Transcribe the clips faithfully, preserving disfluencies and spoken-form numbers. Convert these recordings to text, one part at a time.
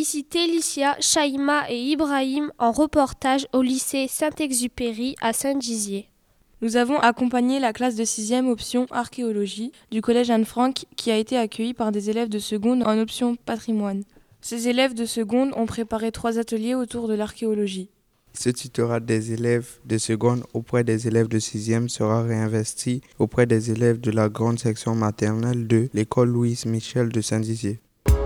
Ici Télicia, Shaïma et Ibrahim en reportage au lycée Saint-Exupéry à Saint-Dizier. Nous avons accompagné la classe de sixième option archéologie du collège Anne-Franck qui a été accueillie par des élèves de seconde en option patrimoine. Ces élèves de seconde ont préparé trois ateliers autour de l'archéologie. Ce tutorat des élèves de seconde auprès des élèves de sixième sera réinvesti auprès des élèves de la grande section maternelle de l'école Louise Michel de Saint-Dizier.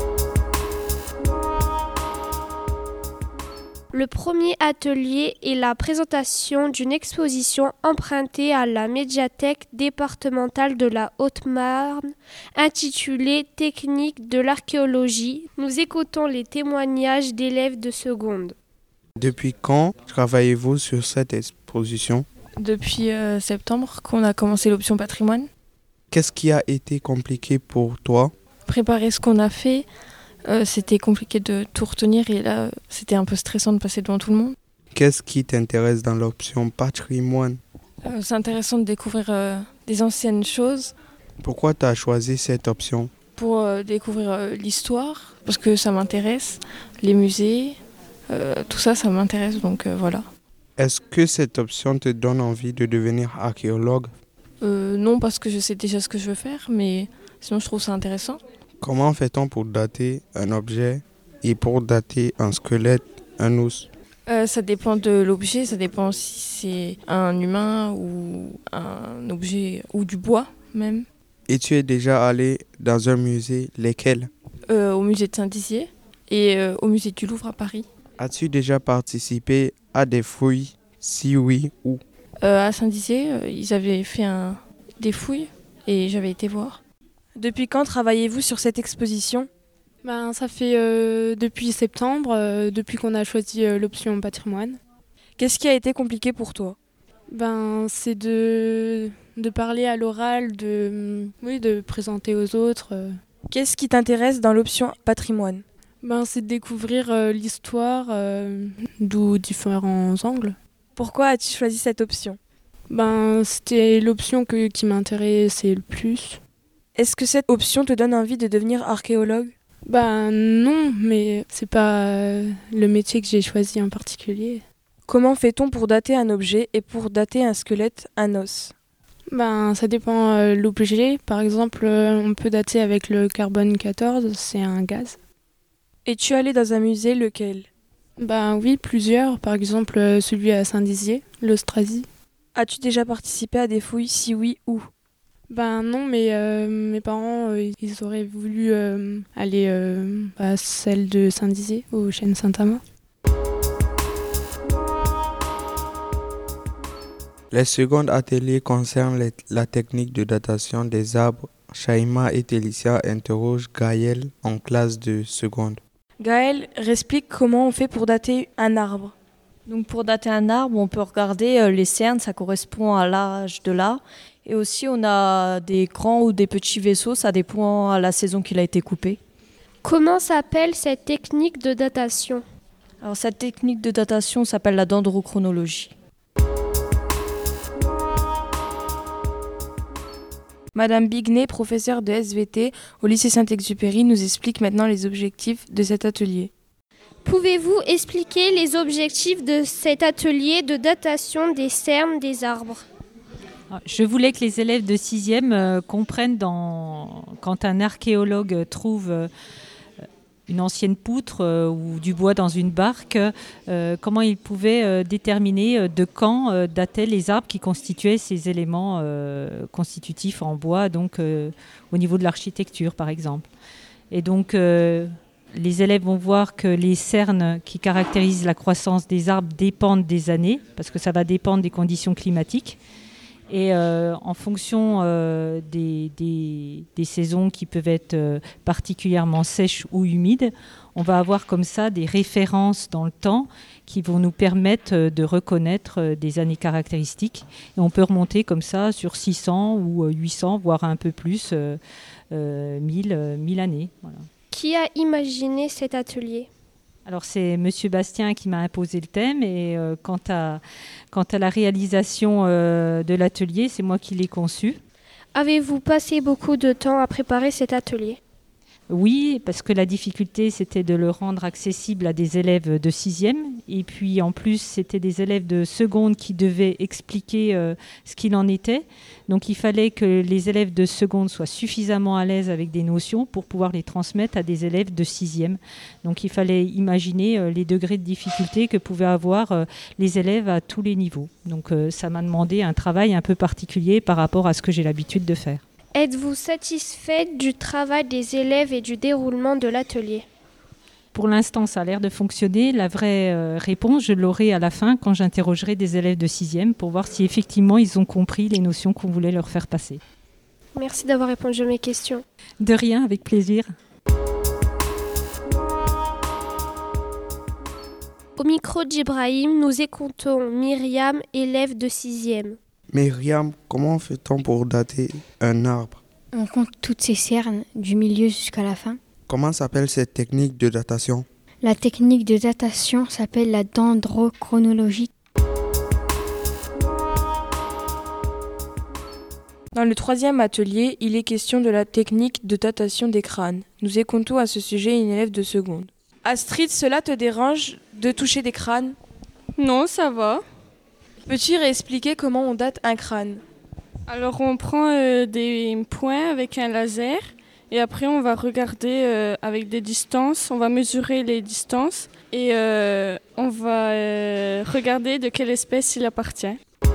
Le premier atelier est la présentation d'une exposition empruntée à la médiathèque départementale de la Haute-Marne intitulée « Technique de l'archéologie ». Nous écoutons les témoignages d'élèves de seconde. Depuis quand travaillez-vous sur cette exposition ? Depuis euh, septembre qu'on a commencé l'option patrimoine. Qu'est-ce qui a été compliqué pour toi ? Préparer ce qu'on a fait. Euh, c'était compliqué de tout retenir et là, c'était un peu stressant de passer devant tout le monde. Qu'est-ce qui t'intéresse dans l'option patrimoine ? euh, C'est intéressant de découvrir euh, des anciennes choses. Pourquoi tu as choisi cette option ? Pour euh, découvrir euh, l'histoire, parce que ça m'intéresse, les musées, euh, tout ça, ça m'intéresse, donc euh, voilà. Est-ce que cette option te donne envie de devenir archéologue ? euh, Non, parce que je sais déjà ce que je veux faire, mais sinon je trouve ça intéressant. Comment fait-on pour dater un objet et pour dater un squelette, un os ? euh, Ça dépend de l'objet, ça dépend si c'est un humain ou un objet ou du bois même. Et tu es déjà allé dans un musée, lesquels ? euh, Au musée de Saint-Dizier et euh, au musée du Louvre à Paris. As-tu déjà participé à des fouilles ? Si oui, où ? euh, À Saint-Dizier, euh, ils avaient fait un, des fouilles et j'avais été voir. Depuis quand travaillez-vous sur cette exposition ? Ben, ça fait euh, depuis septembre, euh, depuis qu'on a choisi euh, l'option patrimoine. Qu'est-ce qui a été compliqué pour toi ? Ben, c'est de, de parler à l'oral, de, oui, de présenter aux autres. Euh. Qu'est-ce qui t'intéresse dans l'option patrimoine ? Ben, c'est de découvrir euh, l'histoire euh, d'où différents angles. Pourquoi as-tu choisi cette option ? Ben, c'était l'option que, qui m'intéressait le plus. Est-ce que cette option te donne envie de devenir archéologue ? Ben non, mais c'est pas euh, le métier que j'ai choisi en particulier. Comment fait-on pour dater un objet et pour dater un squelette, un os ? Ben ça dépend de euh, l'objet. Par exemple, euh, on peut dater avec le carbone quatorze, c'est un gaz. Es-tu allé dans un musée, lequel ? Ben oui, plusieurs. Par exemple, euh, celui à Saint-Dizier, l'Austrasie. As-tu déjà participé à des fouilles ? Si oui, où ? Ben non, mais euh, mes parents, euh, ils auraient voulu euh, aller euh, à celle de Saint-Dizier, au chêne Saint-Amand. Les secondes ateliers concernent les, la technique de datation des arbres. Shaïma et Télicia interrogent Gaël en classe de seconde. Gaël, explique comment on fait pour dater un arbre. Donc pour dater un arbre, on peut regarder euh, les cernes, ça correspond à l'âge de l'arbre. Et aussi, on a des grands ou des petits vaisseaux, ça dépend à la saison qu'il a été coupé. Comment s'appelle cette technique de datation ? Alors cette technique de datation s'appelle la dendrochronologie. Madame Bignet, professeure de S V T au lycée Saint-Exupéry, nous explique maintenant les objectifs de cet atelier. Pouvez-vous expliquer les objectifs de cet atelier de datation des cernes des arbres ? Je voulais que les élèves de sixième euh, comprennent dans, quand un archéologue trouve euh, une ancienne poutre euh, ou du bois dans une barque, euh, comment il pouvait euh, déterminer euh, de quand euh, dataient les arbres qui constituaient ces éléments euh, constitutifs en bois, donc euh, au niveau de l'architecture par exemple. Et donc euh, les élèves vont voir que les cernes qui caractérisent la croissance des arbres dépendent des années, parce que ça va dépendre des conditions climatiques. Et euh, en fonction euh, des, des, des saisons qui peuvent être euh, particulièrement sèches ou humides, on va avoir comme ça des références dans le temps qui vont nous permettre euh, de reconnaître euh, des années caractéristiques. Et on peut remonter comme ça sur six cents ou euh, huit cents, voire un peu plus, euh, euh, mille, euh, mille années. Voilà. Qui a imaginé cet atelier ? Alors c'est Monsieur Bastien qui m'a imposé le thème et euh, quant, à, quant à la réalisation euh, de l'atelier, c'est moi qui l'ai conçu. Avez-vous passé beaucoup de temps à préparer cet atelier ? Oui, parce que la difficulté, c'était de le rendre accessible à des élèves de sixième. Et puis, en plus, c'était des élèves de seconde qui devaient expliquer euh, ce qu'il en était. Donc, il fallait que les élèves de seconde soient suffisamment à l'aise avec des notions pour pouvoir les transmettre à des élèves de sixième. Donc, il fallait imaginer euh, les degrés de difficulté que pouvaient avoir euh, les élèves à tous les niveaux. Donc, euh, ça m'a demandé un travail un peu particulier par rapport à ce que j'ai l'habitude de faire. Êtes-vous satisfaite du travail des élèves et du déroulement de l'atelier ? Pour l'instant, ça a l'air de fonctionner. La vraie euh, réponse, je l'aurai à la fin quand j'interrogerai des élèves de sixième pour voir si effectivement ils ont compris les notions qu'on voulait leur faire passer. Merci d'avoir répondu à mes questions. De rien, avec plaisir. Au micro d'Ibrahim, nous écoutons Myriam, élève de sixième. Myriam, comment fait-on pour dater un arbre? On compte toutes ses cernes, du milieu jusqu'à la fin. Comment s'appelle cette technique de datation? La technique de datation s'appelle la dendrochronologie. Dans le troisième atelier, il est question de la technique de datation des crânes. Nous écoutons à ce sujet une élève de seconde. Astrid, cela te dérange de toucher des crânes? Non, ça va. Peux-tu réexpliquer comment on date un crâne? Alors on prend euh, des points avec un laser et après on va regarder euh, avec des distances, on va mesurer les distances et euh, on va euh, regarder de quelle espèce il appartient.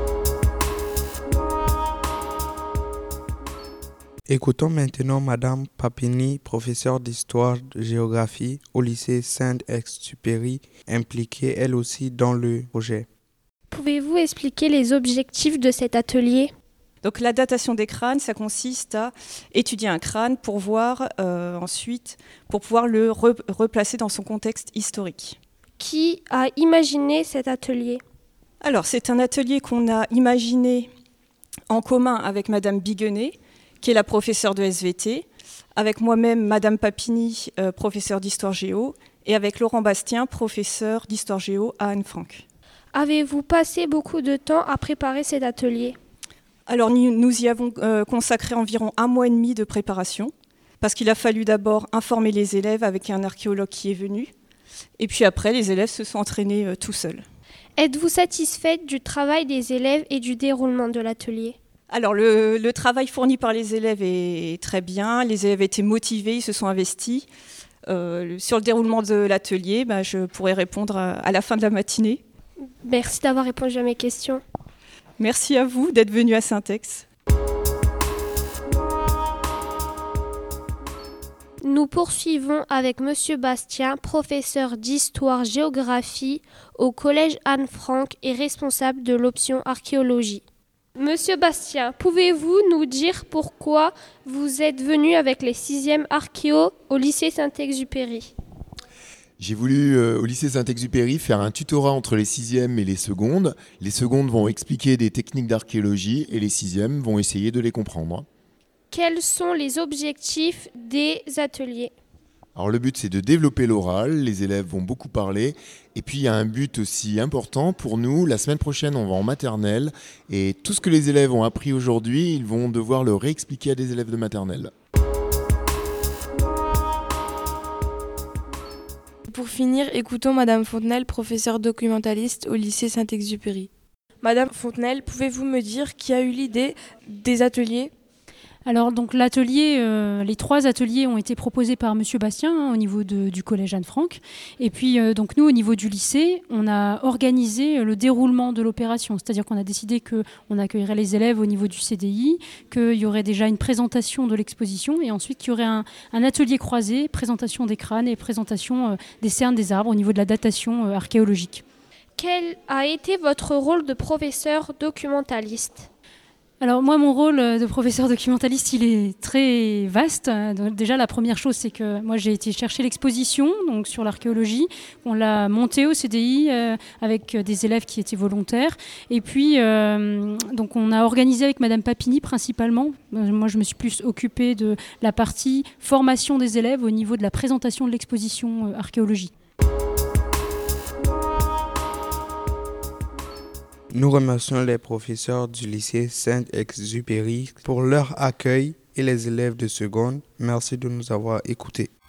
Écoutons maintenant Madame Papini, professeure d'histoire de géographie au lycée Saint-Exupéry, impliquée elle aussi dans le projet. Pouvez-vous expliquer les objectifs de cet atelier ? Donc la datation des crânes, ça consiste à étudier un crâne pour voir euh, ensuite, pour pouvoir le re- replacer dans son contexte historique. Qui a imaginé cet atelier ? Alors c'est un atelier qu'on a imaginé en commun avec Madame Biguenet, qui est la professeure de S V T, avec moi-même Madame Papini, euh, professeure d'histoire géo, et avec Laurent Bastien, professeur d'histoire géo à Anne-Franck. Avez-vous passé beaucoup de temps à préparer cet atelier ? Alors nous, nous y avons euh, consacré environ un mois et demi de préparation, parce qu'il a fallu d'abord informer les élèves avec un archéologue qui est venu, et puis après les élèves se sont entraînés euh, tout seuls. Êtes-vous satisfaite du travail des élèves et du déroulement de l'atelier ? Alors le, le travail fourni par les élèves est très bien, les élèves étaient motivés, ils se sont investis. Euh, sur le déroulement de l'atelier, bah, je pourrais répondre à, à la fin de la matinée. Merci d'avoir répondu à mes questions. Merci à vous d'être venu à Saint-Ex. Nous poursuivons avec Monsieur Bastien, professeur d'histoire-géographie au collège Anne-Franck et responsable de l'option archéologie. Monsieur Bastien, pouvez-vous nous dire pourquoi vous êtes venu avec les sixièmes archéo au lycée Saint-Exupéry ? J'ai voulu, euh, au lycée Saint-Exupéry, faire un tutorat entre les sixièmes et les secondes. Les secondes vont expliquer des techniques d'archéologie et les sixièmes vont essayer de les comprendre. Quels sont les objectifs des ateliers ? Alors le but, c'est de développer l'oral, les élèves vont beaucoup parler. Et puis il y a un but aussi important pour nous. La semaine prochaine, on va en maternelle. Et tout ce que les élèves ont appris aujourd'hui, ils vont devoir le réexpliquer à des élèves de maternelle. Pour finir, écoutons Madame Fontenelle, professeure documentaliste au lycée Saint-Exupéry. Madame Fontenelle, pouvez-vous me dire qui a eu l'idée des ateliers ? Alors donc l'atelier, euh, les trois ateliers ont été proposés par Monsieur Bastien hein, au niveau de, du collège Anne-Franck. Et puis euh, donc nous au niveau du lycée, on a organisé le déroulement de l'opération, c'est-à-dire qu'on a décidé qu'on accueillerait les élèves au niveau du C D I, qu'il y aurait déjà une présentation de l'exposition et ensuite qu'il y aurait un, un atelier croisé, présentation des crânes et présentation euh, des cernes des arbres au niveau de la datation euh, archéologique. Quel a été votre rôle de professeur documentaliste ? Alors moi, mon rôle de professeur documentaliste, il est très vaste. Donc, déjà, la première chose, c'est que moi, j'ai été chercher l'exposition donc sur l'archéologie. On l'a montée au C D I euh, avec des élèves qui étaient volontaires. Et puis, euh, donc, on a organisé avec Madame Papini principalement. Moi, je me suis plus occupée de la partie formation des élèves au niveau de la présentation de l'exposition euh, archéologie. Nous remercions les professeurs du lycée Saint-Exupéry pour leur accueil et les élèves de seconde. Merci de nous avoir écoutés.